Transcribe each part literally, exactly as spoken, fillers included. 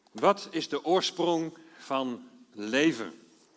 Wat is de oorsprong van leven?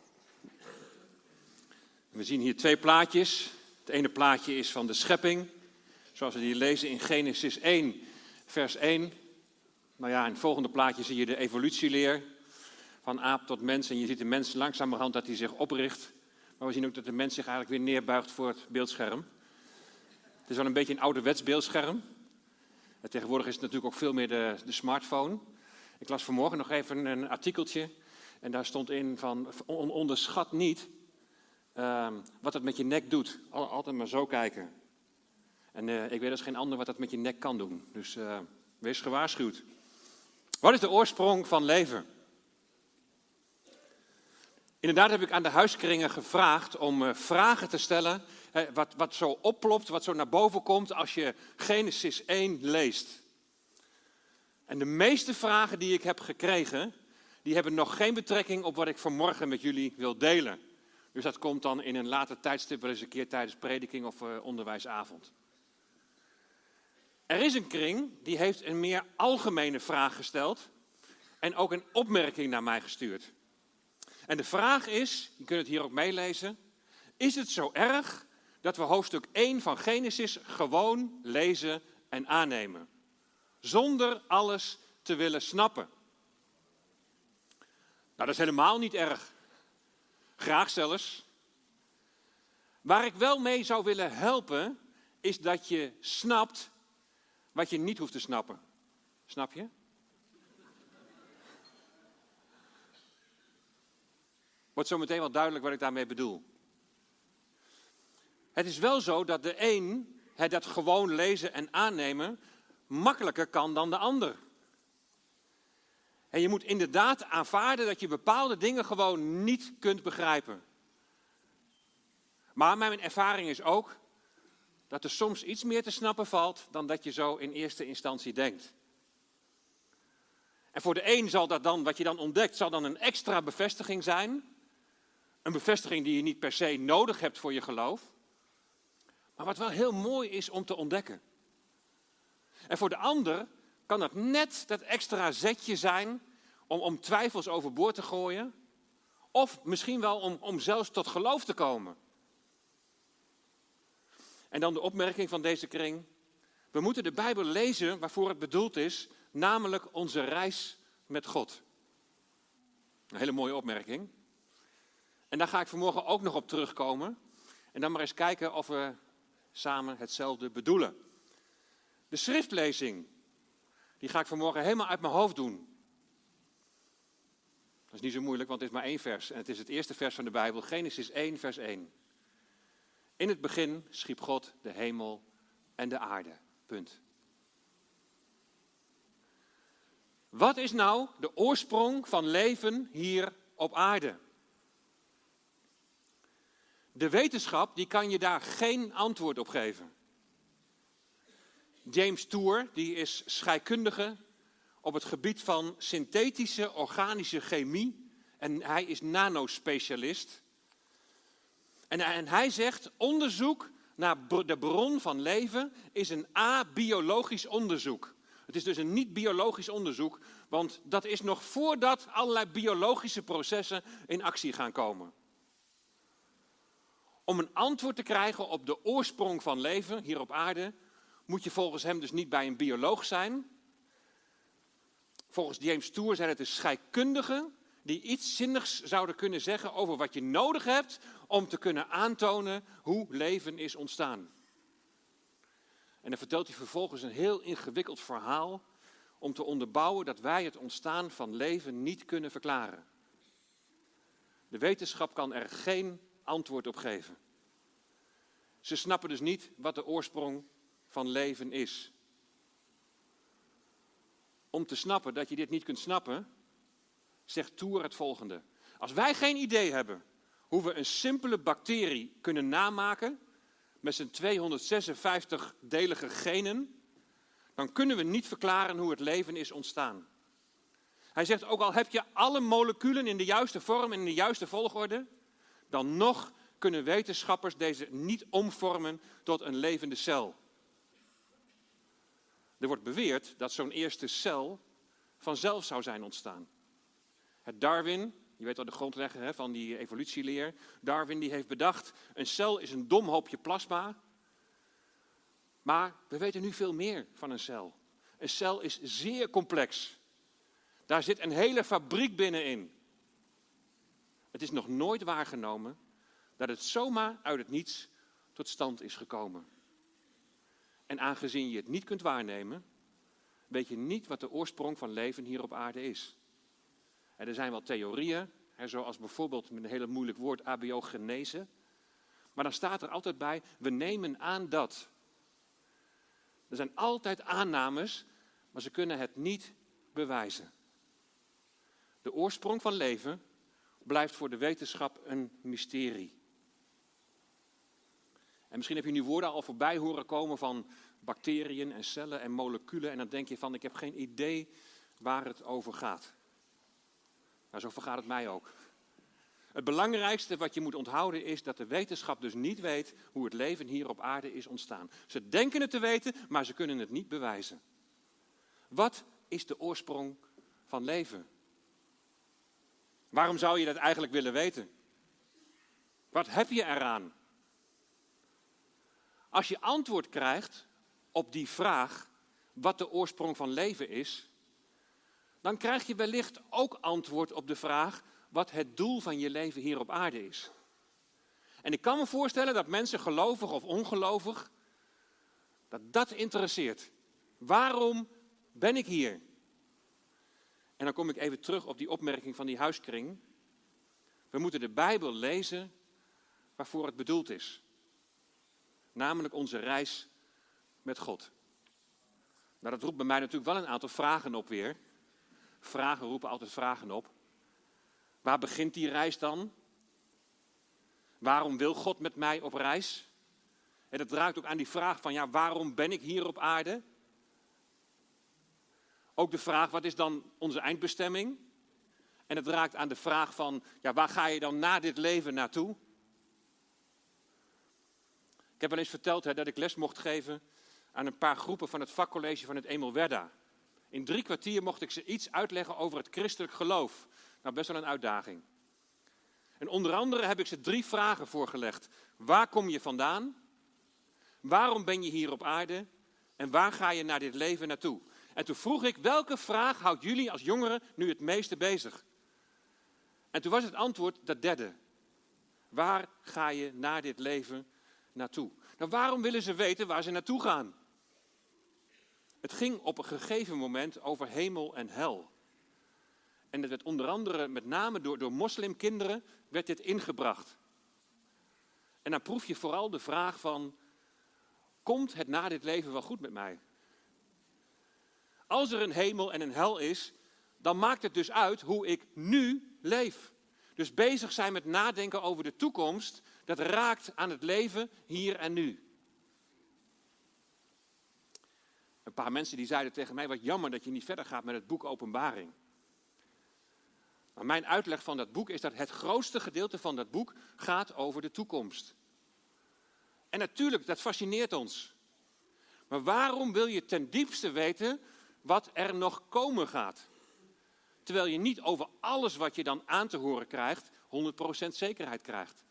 We zien hier twee plaatjes. Het ene plaatje is van de schepping, zoals we die lezen in Genesis één, vers één. Nou ja, in het volgende plaatje zie je de evolutieleer van aap tot mens. En je ziet de mens langzamerhand dat hij zich opricht. Maar we zien ook dat de mens zich eigenlijk weer neerbuigt voor het beeldscherm. Het is wel een beetje een ouderwets beeldscherm. En tegenwoordig is het natuurlijk ook veel meer de, de smartphone. Ik las vanmorgen nog even een artikeltje. En daar stond in van, on, onderschat niet uh, wat het met je nek doet. Al, altijd maar zo kijken. En uh, ik weet als geen ander wat dat met je nek kan doen. Dus uh, wees gewaarschuwd. Wat is de oorsprong van leven? Inderdaad heb ik aan de huiskringen gevraagd om uh, vragen te stellen. Hè, wat, wat zo oplopt, wat zo naar boven komt als je Genesis één leest. En de meeste vragen die ik heb gekregen, die hebben nog geen betrekking op wat ik vanmorgen met jullie wil delen. Dus dat komt dan in een later tijdstip wel eens een keer tijdens prediking of uh, onderwijsavond. Er is een kring die heeft een meer algemene vraag gesteld en ook een opmerking naar mij gestuurd. En de vraag is, je kunt het hier ook meelezen, is het zo erg dat we hoofdstuk één van Genesis gewoon lezen en aannemen? Zonder alles te willen snappen. Nou, dat is helemaal niet erg. Graag zelfs. Waar ik wel mee zou willen helpen, is dat je snapt wat je niet hoeft te snappen. Snap je? Wordt zo meteen wel duidelijk wat ik daarmee bedoel. Het is wel zo dat de een het dat gewoon lezen en aannemen makkelijker kan dan de ander. En je moet inderdaad aanvaarden dat je bepaalde dingen gewoon niet kunt begrijpen. Maar mijn ervaring is ook dat er soms iets meer te snappen valt dan dat je zo in eerste instantie denkt. En voor de een zal dat dan, wat je dan ontdekt, zal dan een extra bevestiging zijn. Een bevestiging die je niet per se nodig hebt voor je geloof. Maar wat wel heel mooi is om te ontdekken. En voor de ander kan dat net dat extra zetje zijn om, om twijfels overboord te gooien. Of misschien wel om, om zelfs tot geloof te komen. En dan de opmerking van deze kring. We moeten de Bijbel lezen waarvoor het bedoeld is, namelijk onze reis met God. Een hele mooie opmerking. En daar ga ik vanmorgen ook nog op terugkomen. En dan maar eens kijken of we samen hetzelfde bedoelen. De schriftlezing, die ga ik vanmorgen helemaal uit mijn hoofd doen. Dat is niet zo moeilijk, want het is maar één vers. En het is het eerste vers van de Bijbel, Genesis één, vers één. In het begin schiep God de hemel en de aarde. Punt. Wat is nou de oorsprong van leven hier op aarde? De wetenschap die kan je daar geen antwoord op geven. James Tour, die is scheikundige op het gebied van synthetische organische chemie. En hij is nanospecialist. En, en hij zegt, onderzoek naar de bron van leven is een abiologisch onderzoek. Het is dus een niet-biologisch onderzoek, want dat is nog voordat allerlei biologische processen in actie gaan komen. Om een antwoord te krijgen op de oorsprong van leven hier op aarde, moet je volgens hem dus niet bij een bioloog zijn. Volgens James Tour zijn het de scheikundigen die iets zinnigs zouden kunnen zeggen over wat je nodig hebt om te kunnen aantonen hoe leven is ontstaan. En dan vertelt hij vervolgens een heel ingewikkeld verhaal om te onderbouwen dat wij het ontstaan van leven niet kunnen verklaren. De wetenschap kan er geen antwoord op geven. Ze snappen dus niet wat de oorsprong van leven is. Om te snappen dat je dit niet kunt snappen, zegt Toer het volgende. Als wij geen idee hebben hoe we een simpele bacterie kunnen namaken met zijn tweehonderdzesenvijftig-delige genen, dan kunnen we niet verklaren hoe het leven is ontstaan. Hij zegt, ook al heb je alle moleculen in de juiste vorm en in de juiste volgorde, dan nog kunnen wetenschappers deze niet omvormen tot een levende cel. Er wordt beweerd dat zo'n eerste cel vanzelf zou zijn ontstaan. Het Darwin, je weet wel de grondlegger hè, van die evolutieleer. Darwin die heeft bedacht, een cel is een dom hoopje plasma. Maar we weten nu veel meer van een cel. Een cel is zeer complex. Daar zit een hele fabriek binnenin. Het is nog nooit waargenomen dat het zomaar uit het niets tot stand is gekomen. En aangezien je het niet kunt waarnemen, weet je niet wat de oorsprong van leven hier op aarde is. En er zijn wel theorieën, hè, zoals bijvoorbeeld met een hele moeilijk woord abiogenese. Maar dan staat er altijd bij, we nemen aan dat. Er zijn altijd aannames, maar ze kunnen het niet bewijzen. De oorsprong van leven blijft voor de wetenschap een mysterie. En misschien heb je nu woorden al voorbij horen komen van bacteriën en cellen en moleculen. En dan denk je van, ik heb geen idee waar het over gaat. Nou, zo vergaat het mij ook. Het belangrijkste wat je moet onthouden is dat de wetenschap dus niet weet hoe het leven hier op aarde is ontstaan. Ze denken het te weten, maar ze kunnen het niet bewijzen. Wat is de oorsprong van leven? Waarom zou je dat eigenlijk willen weten? Wat heb je eraan? Als je antwoord krijgt op die vraag, wat de oorsprong van leven is, dan krijg je wellicht ook antwoord op de vraag, wat het doel van je leven hier op aarde is. En ik kan me voorstellen dat mensen, gelovig of ongelovig, dat dat interesseert. Waarom ben ik hier? En dan kom ik even terug op die opmerking van die huiskring. We moeten de Bijbel lezen waarvoor het bedoeld is. Namelijk onze reis met God. Nou, dat roept bij mij natuurlijk wel een aantal vragen op weer. Vragen roepen altijd vragen op. Waar begint die reis dan? Waarom wil God met mij op reis? En dat raakt ook aan die vraag van, ja, waarom ben ik hier op aarde? Ook de vraag, wat is dan onze eindbestemming? En het raakt aan de vraag van, ja, waar ga je dan na dit leven naartoe? Ik heb wel eens verteld hè, dat ik les mocht geven aan een paar groepen van het vakcollege van het Emil Werda. In drie kwartier mocht ik ze iets uitleggen over het christelijk geloof. Nou, best wel een uitdaging. En onder andere heb ik ze drie vragen voorgelegd. Waar kom je vandaan? Waarom ben je hier op aarde? En waar ga je naar dit leven naartoe? En toen vroeg ik, welke vraag houdt jullie als jongeren nu het meeste bezig? En toen was het antwoord dat derde. Waar ga je naar dit leven naartoe? Nou, waarom willen ze weten waar ze naartoe gaan? Het ging op een gegeven moment over hemel en hel. En het werd onder andere, met name door, door moslimkinderen, werd dit ingebracht. En dan proef je vooral de vraag van, komt het na dit leven wel goed met mij? Als er een hemel en een hel is, dan maakt het dus uit hoe ik nu leef. Dus bezig zijn met nadenken over de toekomst, dat raakt aan het leven hier en nu. Een paar mensen die zeiden tegen mij, wat jammer dat je niet verder gaat met het boek Openbaring. Maar mijn uitleg van dat boek is dat het grootste gedeelte van dat boek gaat over de toekomst. En natuurlijk, dat fascineert ons. Maar waarom wil je ten diepste weten wat er nog komen gaat? Terwijl je niet over alles wat je dan aan te horen krijgt, honderd procent zekerheid krijgt.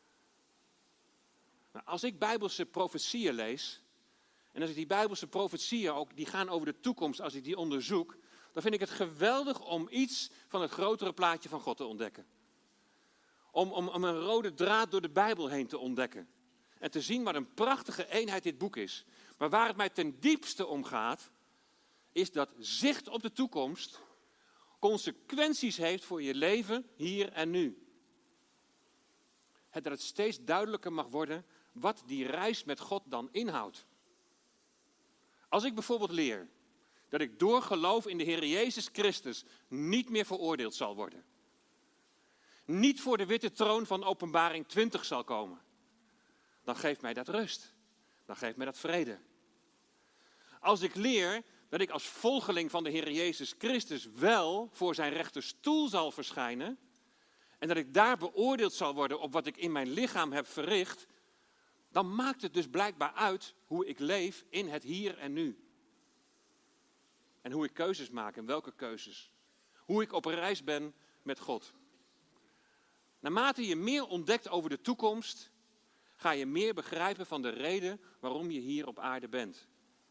Nou, als ik Bijbelse profetieën lees, en als ik die Bijbelse profetieën ook, die gaan over de toekomst, als ik die onderzoek, dan vind ik het geweldig om iets van het grotere plaatje van God te ontdekken. Om, om, om een rode draad door de Bijbel heen te ontdekken. En te zien wat een prachtige eenheid dit boek is. Maar waar het mij ten diepste om gaat, is dat zicht op de toekomst consequenties heeft voor je leven hier en nu. Het, dat het steeds duidelijker mag worden wat die reis met God dan inhoudt. Als ik bijvoorbeeld leer dat ik door geloof in de Heer Jezus Christus niet meer veroordeeld zal worden. Niet voor de witte troon van Openbaring twintig zal komen. Dan geeft mij dat rust. Dan geeft mij dat vrede. Als ik leer dat ik als volgeling van de Heer Jezus Christus wel voor zijn rechterstoel zal verschijnen. En dat ik daar beoordeeld zal worden op wat ik in mijn lichaam heb verricht. Dan maakt het dus blijkbaar uit hoe ik leef in het hier en nu. En hoe ik keuzes maak en welke keuzes. Hoe ik op reis ben met God. Naarmate je meer ontdekt over de toekomst, ga je meer begrijpen van de reden waarom je hier op aarde bent.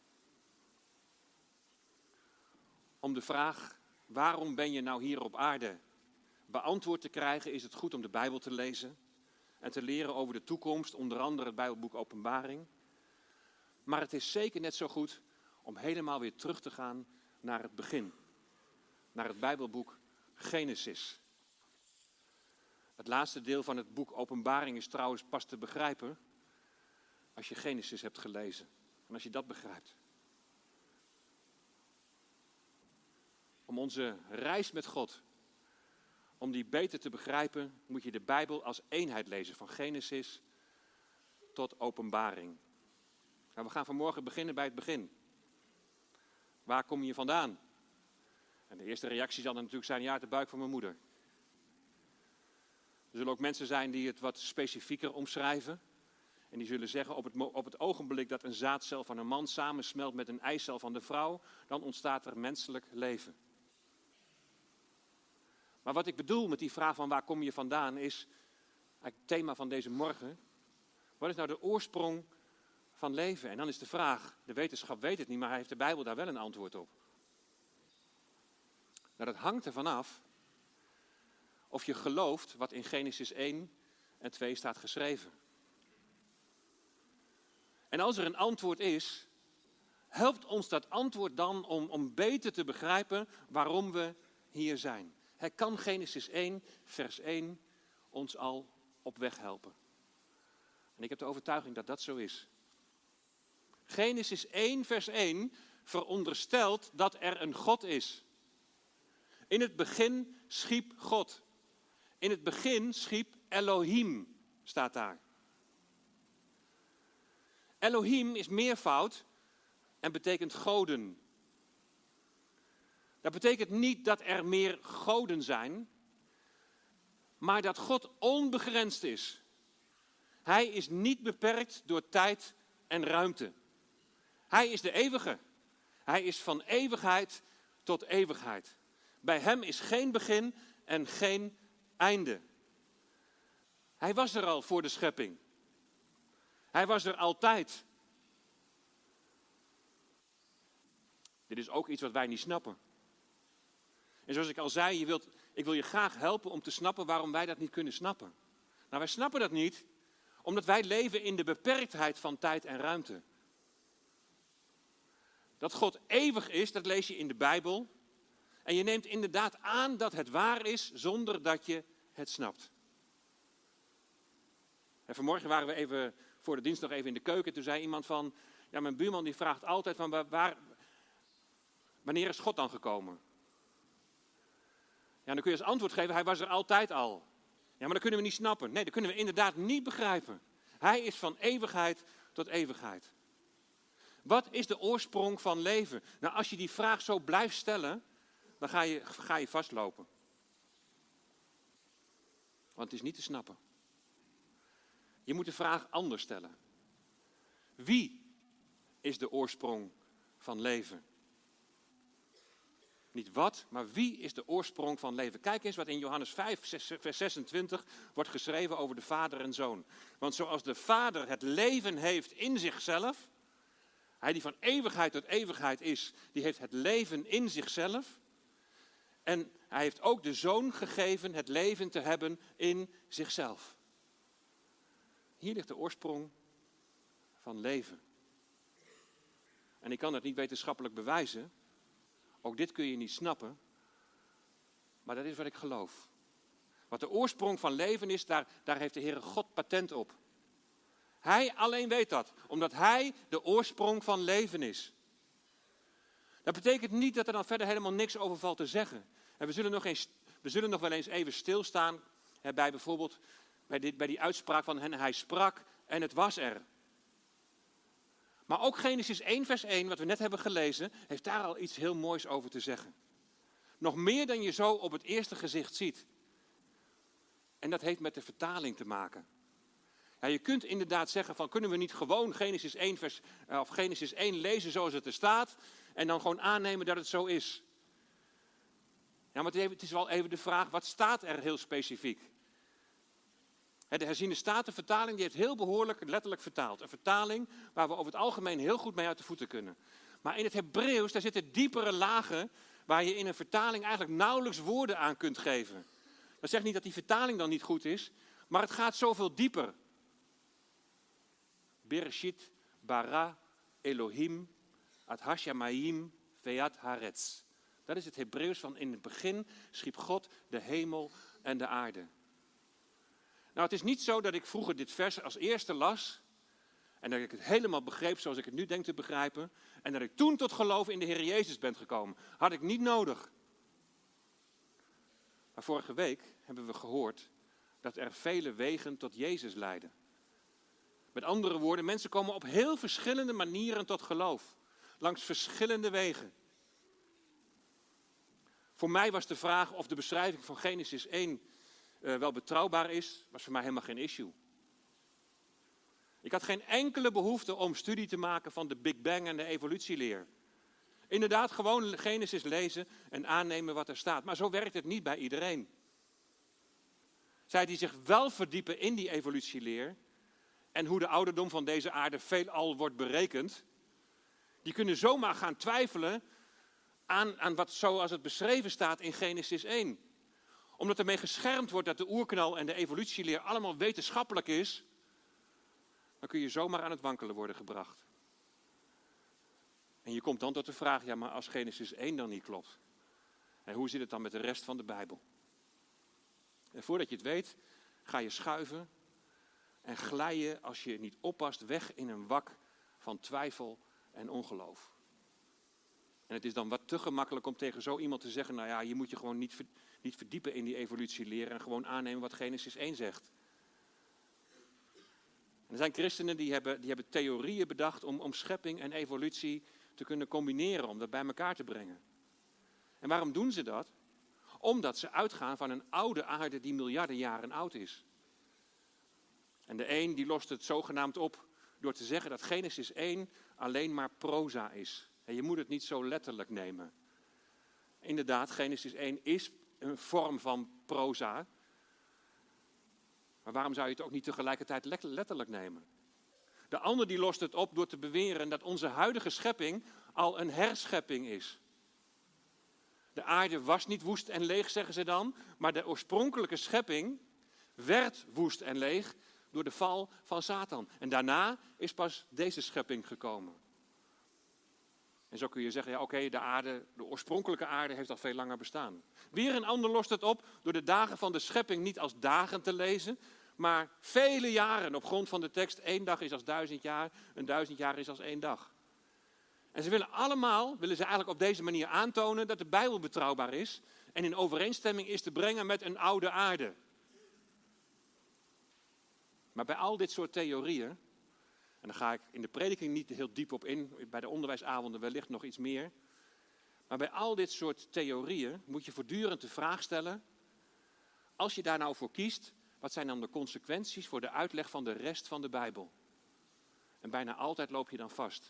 Om de vraag, waarom ben je nou hier op aarde, beantwoord te krijgen, is het goed om de Bijbel te lezen en te leren over de toekomst, onder andere het Bijbelboek Openbaring. Maar het is zeker net zo goed om helemaal weer terug te gaan naar het begin. Naar het Bijbelboek Genesis. Het laatste deel van het boek Openbaring is trouwens pas te begrijpen als je Genesis hebt gelezen. En als je dat begrijpt. Om onze reis met God, om die beter te begrijpen, moet je de Bijbel als eenheid lezen. Van Genesis tot Openbaring. Nou, we gaan vanmorgen beginnen bij het begin. Waar kom je vandaan? En de eerste reactie zal dan natuurlijk zijn, ja, uit de buik van mijn moeder. Er zullen ook mensen zijn die het wat specifieker omschrijven. En die zullen zeggen, op het, op het ogenblik dat een zaadcel van een man samensmelt met een eicel van de vrouw, dan ontstaat er menselijk leven. Maar wat ik bedoel met die vraag van waar kom je vandaan is, eigenlijk het thema van deze morgen. Wat is nou de oorsprong van leven? En dan is de vraag, de wetenschap weet het niet, maar heeft de Bijbel daar wel een antwoord op? Nou, dat hangt ervan af of je gelooft wat in Genesis één en twee staat geschreven. En als er een antwoord is, helpt ons dat antwoord dan om, om beter te begrijpen waarom we hier zijn. Hij kan Genesis één, vers één ons al op weg helpen. En ik heb de overtuiging dat dat zo is. Genesis één, vers één veronderstelt dat er een God is. In het begin schiep God. In het begin schiep Elohim, staat daar. Elohim is meervoud en betekent goden. Dat betekent niet dat er meer goden zijn, maar dat God onbegrensd is. Hij is niet beperkt door tijd en ruimte. Hij is de eeuwige. Hij is van eeuwigheid tot eeuwigheid. Bij hem is geen begin en geen einde. Hij was er al voor de schepping. Hij was er altijd. Dit is ook iets wat wij niet snappen. En zoals ik al zei, je wilt, ik wil je graag helpen om te snappen waarom wij dat niet kunnen snappen. Nou, wij snappen dat niet, omdat wij leven in de beperktheid van tijd en ruimte. Dat God eeuwig is, dat lees je in de Bijbel. En je neemt inderdaad aan dat het waar is, zonder dat je het snapt. En vanmorgen waren we even voor de dienst nog even in de keuken. Toen zei iemand van, ja, mijn buurman die vraagt altijd van, waar, waar, wanneer is God dan gekomen? Ja, dan kun je als antwoord geven, hij was er altijd al. Ja, maar dat kunnen we niet snappen. Nee, dat kunnen we inderdaad niet begrijpen. Hij is van eeuwigheid tot eeuwigheid. Wat is de oorsprong van leven? Nou, als je die vraag zo blijft stellen, dan ga je, ga je vastlopen. Want het is niet te snappen. Je moet de vraag anders stellen. Wie is de oorsprong van leven? Niet wat, maar wie is de oorsprong van leven? Kijk eens wat in Johannes vijf, vers zesentwintig wordt geschreven over de Vader en Zoon. Want zoals de Vader het leven heeft in zichzelf, hij die van eeuwigheid tot eeuwigheid is, die heeft het leven in zichzelf. En hij heeft ook de Zoon gegeven het leven te hebben in zichzelf. Hier ligt de oorsprong van leven. En ik kan het niet wetenschappelijk bewijzen. Ook dit kun je niet snappen. Maar dat is wat ik geloof. Wat de oorsprong van leven is, daar, daar heeft de Heere God patent op. Hij alleen weet dat. Omdat hij de oorsprong van leven is. Dat betekent niet dat er dan verder helemaal niks over valt te zeggen. En we zullen nog, eens, we zullen nog wel eens even stilstaan hè, bij bijvoorbeeld bij, dit, bij die uitspraak van en hij sprak en het was er. Maar ook Genesis één vers één, wat we net hebben gelezen, heeft daar al iets heel moois over te zeggen. Nog meer dan je zo op het eerste gezicht ziet. En dat heeft met de vertaling te maken. Ja, je kunt inderdaad zeggen van kunnen we niet gewoon Genesis één, vers, of Genesis één lezen zoals het er staat. en dan gewoon aannemen dat het zo is. Ja, maar het is wel even de vraag, wat staat er heel specifiek? De herziene statenvertaling die heeft heel behoorlijk letterlijk vertaald. Een vertaling waar we over het algemeen heel goed mee uit de voeten kunnen. Maar in het Hebreeuws, daar zitten diepere lagen waar je in een vertaling eigenlijk nauwelijks woorden aan kunt geven. Dat zegt niet dat die vertaling dan niet goed is, maar het gaat zoveel dieper. Bereshit, bara, Elohim, ad hashamayim, veat haaretz. Dat is het Hebreeuws van in het begin schiep God de hemel en de aarde. Nou, het is niet zo dat ik vroeger dit vers als eerste las en dat ik het helemaal begreep zoals ik het nu denk te begrijpen en dat ik toen tot geloof in de Heer Jezus ben gekomen. Had ik niet nodig. Maar vorige week hebben we gehoord dat er vele wegen tot Jezus leiden. Met andere woorden, mensen komen op heel verschillende manieren tot geloof. Langs verschillende wegen. Voor mij was de vraag of de beschrijving van Genesis één uh, wel betrouwbaar is, was voor mij helemaal geen issue. Ik had geen enkele behoefte om studie te maken van de Big Bang en de evolutieleer. Inderdaad, gewoon Genesis lezen en aannemen wat er staat. Maar zo werkt het niet bij iedereen. Zij die zich wel verdiepen in die evolutieleer en hoe de ouderdom van deze aarde veelal wordt berekend, die kunnen zomaar gaan twijfelen aan, aan wat zoals het beschreven staat in Genesis één. Omdat ermee geschermd wordt dat de oerknal en de evolutieleer allemaal wetenschappelijk is, dan kun je zomaar aan het wankelen worden gebracht. En je komt dan tot de vraag, ja maar als Genesis één dan niet klopt, en hoe zit het dan met de rest van de Bijbel? En voordat je het weet, ga je schuiven en glij je, als je niet oppast, weg in een wak van twijfel en ongeloof. En het is dan wat te gemakkelijk om tegen zo iemand te zeggen, nou ja, je moet je gewoon niet, niet verdiepen in die evolutieleer en gewoon aannemen wat Genesis één zegt. En er zijn christenen die hebben, die hebben theorieën bedacht om, om schepping en evolutie te kunnen combineren, om dat bij elkaar te brengen. En waarom doen ze dat? Omdat ze uitgaan van een oude aarde die miljarden jaren oud is. En de een die lost het zogenaamd op door te zeggen dat Genesis één alleen maar proza is. En je moet het niet zo letterlijk nemen. Inderdaad, Genesis één is een vorm van proza. Maar waarom zou je het ook niet tegelijkertijd letterlijk nemen? De ander die lost het op door te beweren dat onze huidige schepping al een herschepping is. De aarde was niet woest en leeg, zeggen ze dan, maar de oorspronkelijke schepping werd woest en leeg door de val van Satan. En daarna is pas deze schepping gekomen. En zo kun je zeggen, ja oké, okay, de aarde, de oorspronkelijke aarde heeft al veel langer bestaan. Weer een ander lost het op door de dagen van de schepping niet als dagen te lezen, maar vele jaren op grond van de tekst. Één dag is als duizend jaar, een duizend jaar is als één dag. En ze willen allemaal, willen ze eigenlijk op deze manier aantonen dat de Bijbel betrouwbaar is en in overeenstemming is te brengen met een oude aarde. Maar bij al dit soort theorieën, en daar ga ik in de prediking niet heel diep op in, bij de onderwijsavonden wellicht nog iets meer. Maar bij al dit soort theorieën moet je voortdurend de vraag stellen, als je daar nou voor kiest, wat zijn dan de consequenties voor de uitleg van de rest van de Bijbel? En bijna altijd loop je dan vast.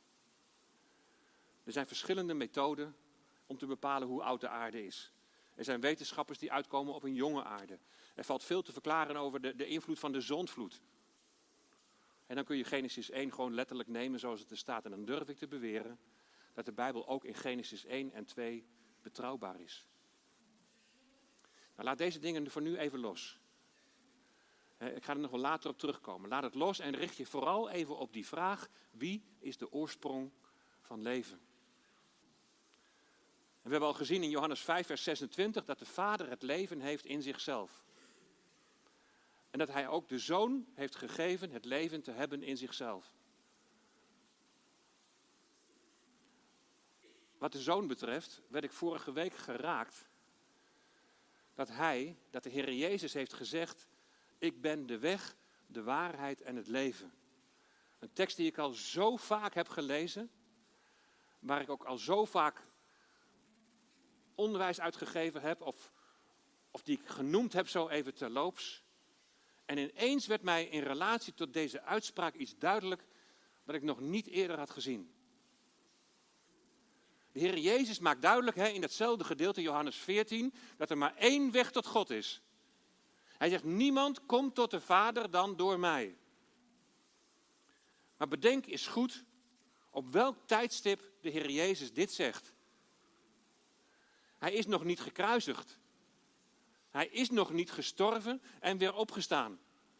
Er zijn verschillende methoden om te bepalen hoe oud de aarde is. Er zijn wetenschappers die uitkomen op een jonge aarde. Er valt veel te verklaren over de, de invloed van de zondvloed. En dan kun je Genesis één gewoon letterlijk nemen zoals het er staat. En dan durf ik te beweren dat de Bijbel ook in Genesis één en twee betrouwbaar is. Nou, laat deze dingen voor nu even los. Ik ga er nog wel later op terugkomen. Laat het los en richt je vooral even op die vraag: wie is de oorsprong van leven? En we hebben al gezien in Johannes vijf vers zesentwintig dat de Vader het leven heeft in zichzelf. En dat hij ook de Zoon heeft gegeven het leven te hebben in zichzelf. Wat de Zoon betreft werd ik vorige week geraakt dat hij, dat de Heer Jezus heeft gezegd: ik ben de weg, de waarheid en het leven. Een tekst die ik al zo vaak heb gelezen, waar ik ook al zo vaak onderwijs uitgegeven heb, of, of die ik genoemd heb zo even terloops. En ineens werd mij in relatie tot deze uitspraak iets duidelijk wat ik nog niet eerder had gezien. De Heer Jezus maakt duidelijk hè, in datzelfde gedeelte, Johannes veertien, dat er maar één weg tot God is. Hij zegt, niemand komt tot de Vader dan door mij. Maar bedenk eens goed op welk tijdstip de Heer Jezus dit zegt. Hij is nog niet gekruisigd. Hij is nog niet gestorven en weer opgestaan.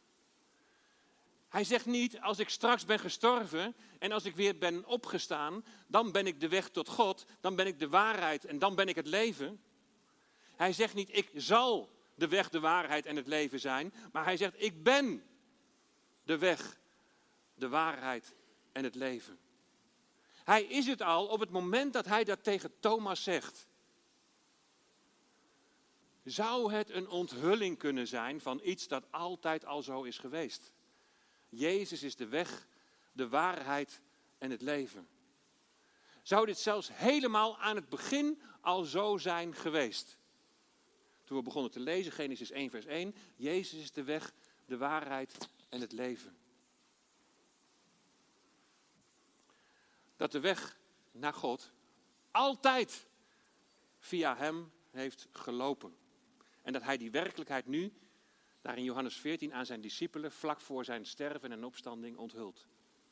Hij zegt niet, als ik straks ben gestorven en als ik weer ben opgestaan, dan ben ik de weg tot God, dan ben ik de waarheid en dan ben ik het leven. Hij zegt niet, ik zal de weg, de waarheid en het leven zijn, maar hij zegt, ik ben de weg, de waarheid en het leven. Hij is het al op het moment dat hij dat tegen Thomas zegt. Zou het een onthulling kunnen zijn van iets dat altijd al zo is geweest? Jezus is de weg, de waarheid en het leven. Zou dit zelfs helemaal aan het begin al zo zijn geweest? Toen we begonnen te lezen, Genesis één vers één. Jezus is de weg, de waarheid en het leven. Dat de weg naar God altijd via hem heeft gelopen. En dat hij die werkelijkheid nu, daar in Johannes veertien, aan zijn discipelen vlak voor zijn sterven en opstanding onthult.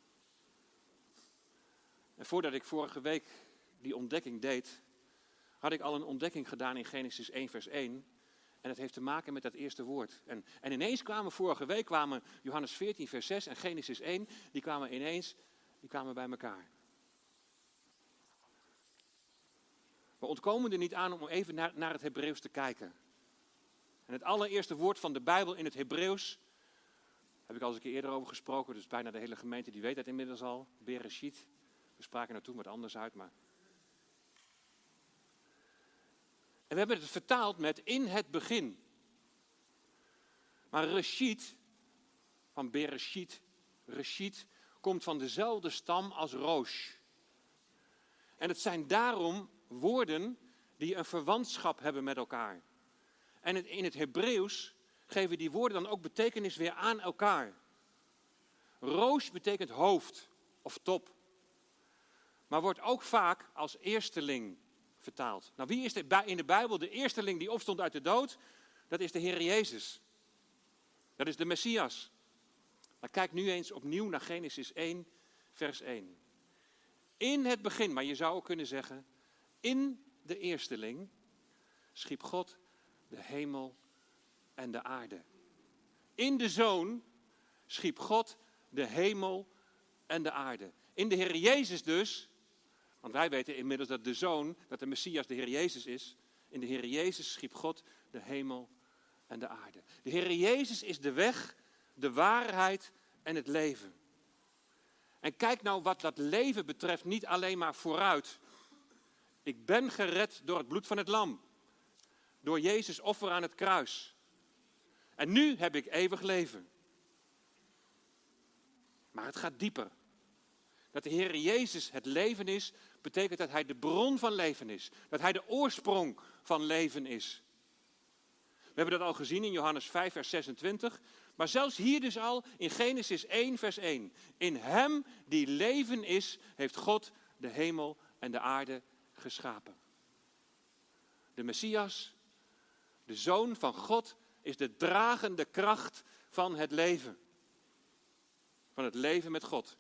En voordat ik vorige week die ontdekking deed, had ik al een ontdekking gedaan in Genesis één vers één. En dat heeft te maken met dat eerste woord. En, en ineens kwamen vorige week kwamen Johannes veertien vers zes en Genesis één, die kwamen ineens die kwamen bij elkaar. We ontkomen er niet aan om even naar, naar het Hebreeuws te kijken. En het allereerste woord van de Bijbel in het Hebreeuws, heb ik al eens een keer eerder over gesproken, dus bijna de hele gemeente die weet dat inmiddels al, Bereshit. We spraken er toen wat anders uit, maar... En we hebben het vertaald met in het begin. Maar Reshit, van Bereshit, Reshit, komt van dezelfde stam als Rosh. En het zijn daarom woorden die een verwantschap hebben met elkaar. En in het Hebreeuws geven die woorden dan ook betekenis weer aan elkaar. Roos betekent hoofd of top. Maar wordt ook vaak als eersteling vertaald. Nou, wie is er in de Bijbel de eersteling die opstond uit de dood? Dat is de Heer Jezus. Dat is de Messias. Maar kijk nu eens opnieuw naar Genesis één, vers één. In het begin, maar je zou ook kunnen zeggen, in de eersteling schiep God de hemel en de aarde. In de Zoon schiep God de hemel en de aarde. In de Heer Jezus dus, want wij weten inmiddels dat de Zoon, dat de Messias de Heer Jezus is. In de Heer Jezus schiep God de hemel en de aarde. De Heer Jezus is de weg, de waarheid en het leven. En kijk nou wat dat leven betreft niet alleen maar vooruit. Ik ben gered door het bloed van het lam. Door Jezus' offer aan het kruis. En nu heb ik eeuwig leven. Maar het gaat dieper. Dat de Heer Jezus het leven is, betekent dat Hij de bron van leven is. Dat Hij de oorsprong van leven is. We hebben dat al gezien in Johannes vijf, vers zesentwintig. Maar zelfs hier dus al in Genesis één, vers één. In Hem die leven is, heeft God de hemel en de aarde geschapen. De Messias, de Zoon van God, is de dragende kracht van het leven. Van het leven met God.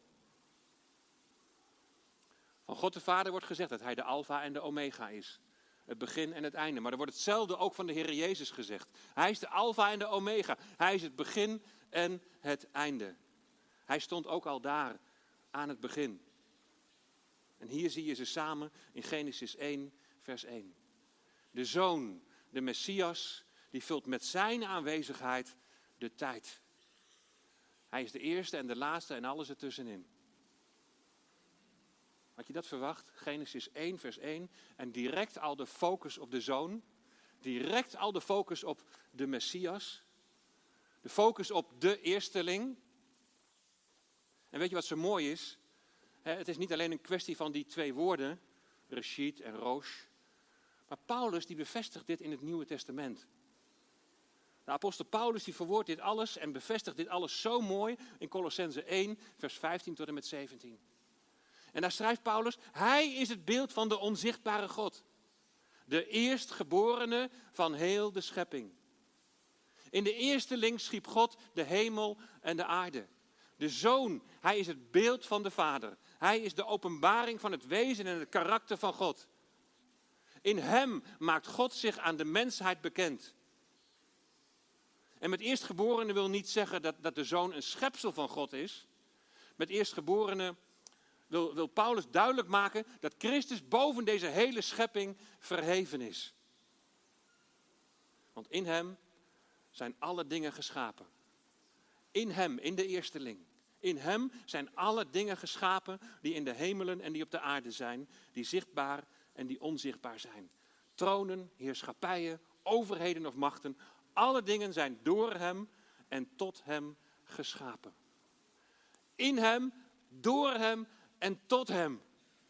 Van God de Vader wordt gezegd dat Hij de Alfa en de Omega is. Het begin en het einde. Maar er wordt hetzelfde ook van de Heer Jezus gezegd. Hij is de Alfa en de Omega. Hij is het begin en het einde. Hij stond ook al daar aan het begin. En hier zie je ze samen in Genesis één, vers één. De Zoon, de Messias, die vult met zijn aanwezigheid de tijd. Hij is de eerste en de laatste en alles ertussenin. Had je dat verwacht? Genesis één, vers één. En direct al de focus op de Zoon. Direct al de focus op de Messias. De focus op de eersteling. En weet je wat zo mooi is? Het is niet alleen een kwestie van die twee woorden. Reshit en Rosh. Maar Paulus die bevestigt dit in het Nieuwe Testament. De apostel Paulus die verwoordt dit alles en bevestigt dit alles zo mooi in Kolossenzen één, vers vijftien tot en met zeventien. En daar schrijft Paulus, hij is het beeld van de onzichtbare God. De eerstgeborene van heel de schepping. In de eersteling schiep God de hemel en de aarde. De Zoon, hij is het beeld van de Vader. Hij is de openbaring van het wezen en het karakter van God. In hem maakt God zich aan de mensheid bekend. En met eerstgeborene wil niet zeggen dat, dat de Zoon een schepsel van God is. Met eerstgeborene wil, wil Paulus duidelijk maken dat Christus boven deze hele schepping verheven is. Want in hem zijn alle dingen geschapen. In hem, in de eersteling. In hem zijn alle dingen geschapen die in de hemelen en die op de aarde zijn. Die zichtbaar en die onzichtbaar zijn. Tronen, heerschappijen, overheden of machten. Alle dingen zijn door hem en tot hem geschapen. In hem, door hem en tot hem.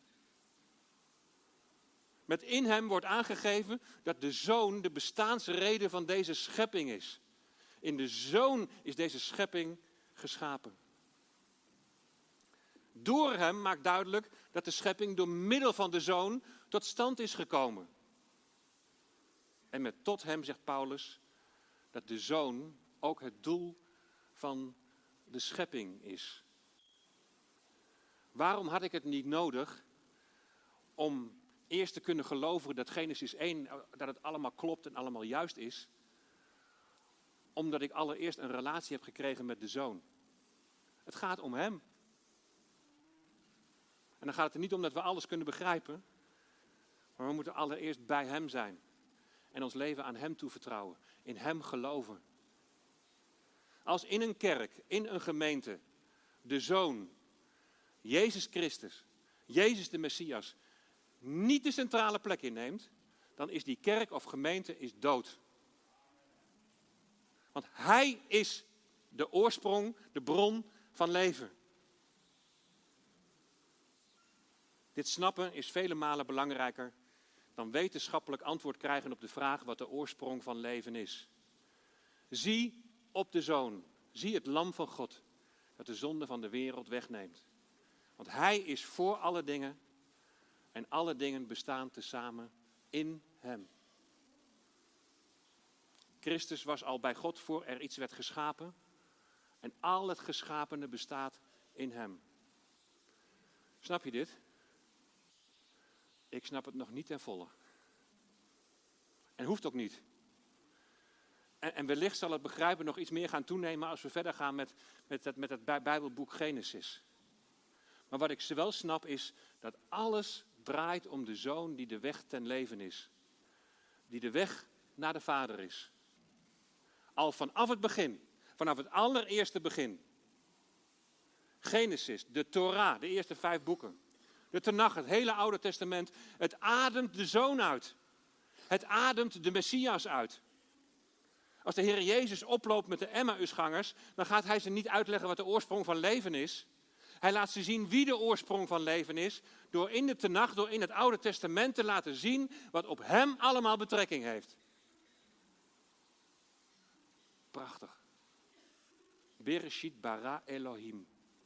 Met in hem wordt aangegeven dat de Zoon de bestaansreden van deze schepping is. In de Zoon is deze schepping geschapen. Door hem maakt duidelijk dat de schepping door middel van de Zoon tot stand is gekomen. En met tot hem zegt Paulus dat de Zoon ook het doel van de schepping is. Waarom had ik het niet nodig om eerst te kunnen geloven dat Genesis één, dat het allemaal klopt en allemaal juist is? Omdat ik allereerst een relatie heb gekregen met de Zoon. Het gaat om hem. En dan gaat het er niet om dat we alles kunnen begrijpen. Maar we moeten allereerst bij hem zijn. En ons leven aan hem toevertrouwen. In hem geloven. Als in een kerk, in een gemeente, de Zoon, Jezus Christus, Jezus de Messias, niet de centrale plek inneemt, dan is die kerk of gemeente is dood. Want hij is de oorsprong, de bron van leven. Dit snappen is vele malen belangrijker dan wetenschappelijk antwoord krijgen op de vraag wat de oorsprong van leven is. Zie op de Zoon, zie het lam van God, dat de zonde van de wereld wegneemt. Want hij is voor alle dingen en alle dingen bestaan tezamen in hem. Christus was al bij God voor er iets werd geschapen en al het geschapene bestaat in hem. Snap je dit? Ik snap het nog niet ten volle. En hoeft ook niet. En, en wellicht zal het begrijpen nog iets meer gaan toenemen als we verder gaan met, met, het, met het Bijbelboek Genesis. Maar wat ik wel snap is dat alles draait om de Zoon die de weg ten leven is. Die de weg naar de Vader is. Al vanaf het begin, vanaf het allereerste begin. Genesis, de Torah, de eerste vijf boeken. De Tenach, het hele Oude Testament. Het ademt de Zoon uit. Het ademt de Messias uit. Als de Heer Jezus oploopt met de Emmausgangers, dan gaat hij ze niet uitleggen wat de oorsprong van leven is. Hij laat ze zien wie de oorsprong van leven is, door in de Tenach, door in het Oude Testament te laten zien wat op hem allemaal betrekking heeft. Prachtig. Bereshit bara Elohim.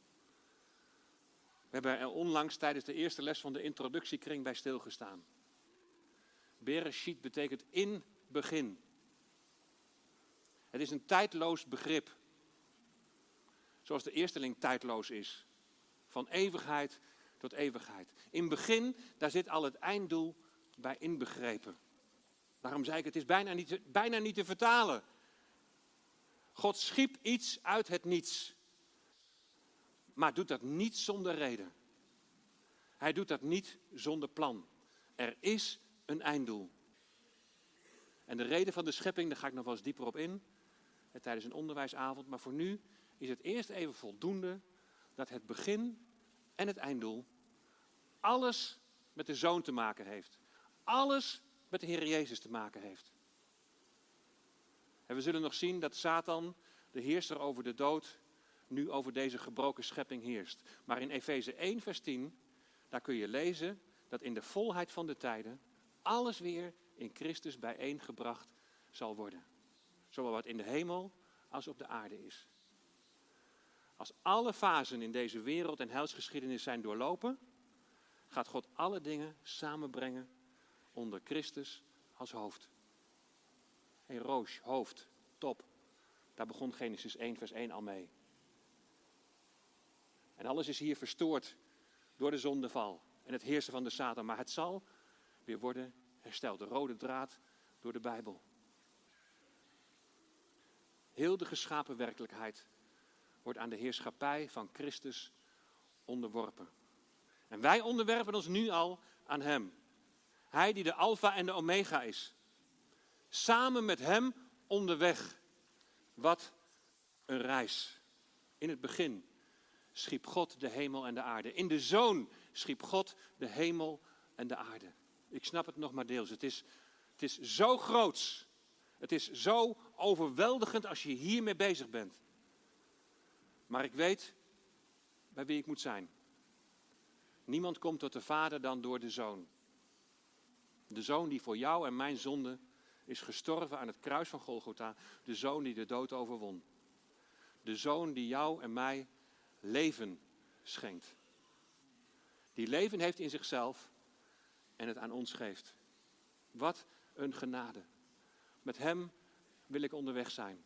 We hebben er onlangs tijdens de eerste les van de introductiekring bij stilgestaan. Bereshit betekent in begin. Het is een tijdloos begrip. Zoals de eersteling tijdloos is. Van eeuwigheid tot eeuwigheid. In begin, daar zit al het einddoel bij inbegrepen. Daarom zei ik, het is bijna niet, bijna niet te vertalen. God schiep iets uit het niets. Maar doet dat niet zonder reden. Hij doet dat niet zonder plan. Er is een einddoel. En de reden van de schepping, daar ga ik nog wel eens dieper op in. Tijdens een onderwijsavond. Maar voor nu is het eerst even voldoende dat het begin en het einddoel alles met de Zoon te maken heeft. Alles met de Heer Jezus te maken heeft. En we zullen nog zien dat Satan, de heerser over de dood, nu over deze gebroken schepping heerst. Maar in Efeze één vers tien, daar kun je lezen dat in de volheid van de tijden alles weer in Christus bijeengebracht zal worden. Zowel wat in de hemel als op de aarde is. Als alle fasen in deze wereld en helsgeschiedenis zijn doorlopen, gaat God alle dingen samenbrengen onder Christus als hoofd. Hey, Roos, hoofd, top. Daar begon Genesis één vers één al mee. En alles is hier verstoord door de zondeval en het heersen van de Satan. Maar het zal weer worden hersteld. De rode draad door de Bijbel. Heel de geschapen werkelijkheid wordt aan de heerschappij van Christus onderworpen. En wij onderwerpen ons nu al aan hem. Hij die de Alfa en de Omega is. Samen met hem onderweg. Wat een reis. In het begin schiep God de hemel en de aarde. In de Zoon schiep God de hemel en de aarde. Ik snap het nog maar deels. Het is, het is zo groots. Het is zo overweldigend als je hiermee bezig bent. Maar ik weet bij wie ik moet zijn. Niemand komt tot de Vader dan door de Zoon. De Zoon die voor jou en mijn zonde is gestorven aan het kruis van Golgotha. De Zoon die de dood overwon. De Zoon die jou en mij leven schenkt. Die leven heeft in zichzelf en het aan ons geeft. Wat een genade. Met hem wil ik onderweg zijn.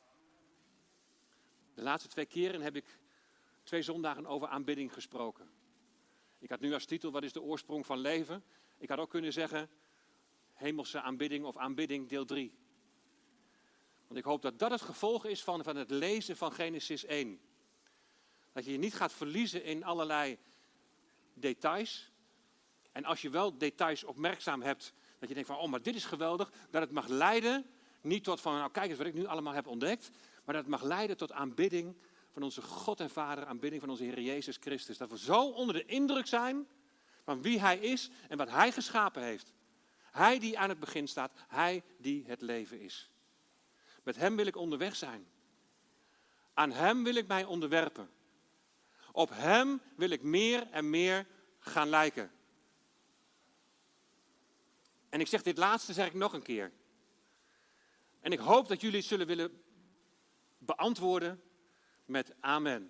De laatste twee keren heb ik twee zondagen over aanbidding gesproken. Ik had nu als titel, wat is de oorsprong van leven? Ik had ook kunnen zeggen, hemelse aanbidding of aanbidding deel drie. Want ik hoop dat dat het gevolg is van, van het lezen van Genesis één. Dat je je niet gaat verliezen in allerlei details. En als je wel details opmerkzaam hebt, dat je denkt van, oh, maar dit is geweldig. Dat het mag leiden, niet tot van, nou kijk eens wat ik nu allemaal heb ontdekt. Maar dat het mag leiden tot aanbidding van onze God en Vader, aanbidding van onze Heer Jezus Christus. Dat we zo onder de indruk zijn van wie Hij is en wat Hij geschapen heeft. Hij die aan het begin staat, Hij die het leven is. Met Hem wil ik onderweg zijn. Aan Hem wil ik mij onderwerpen. Op Hem wil ik meer en meer gaan lijken. En ik zeg dit laatste, zeg ik nog een keer. En ik hoop dat jullie het zullen willen beantwoorden met amen.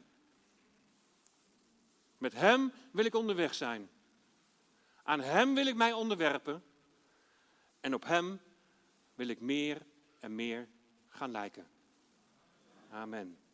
Met Hem wil ik onderweg zijn. Aan Hem wil ik mij onderwerpen. En op Hem wil ik meer en meer gaan lijken. Amen.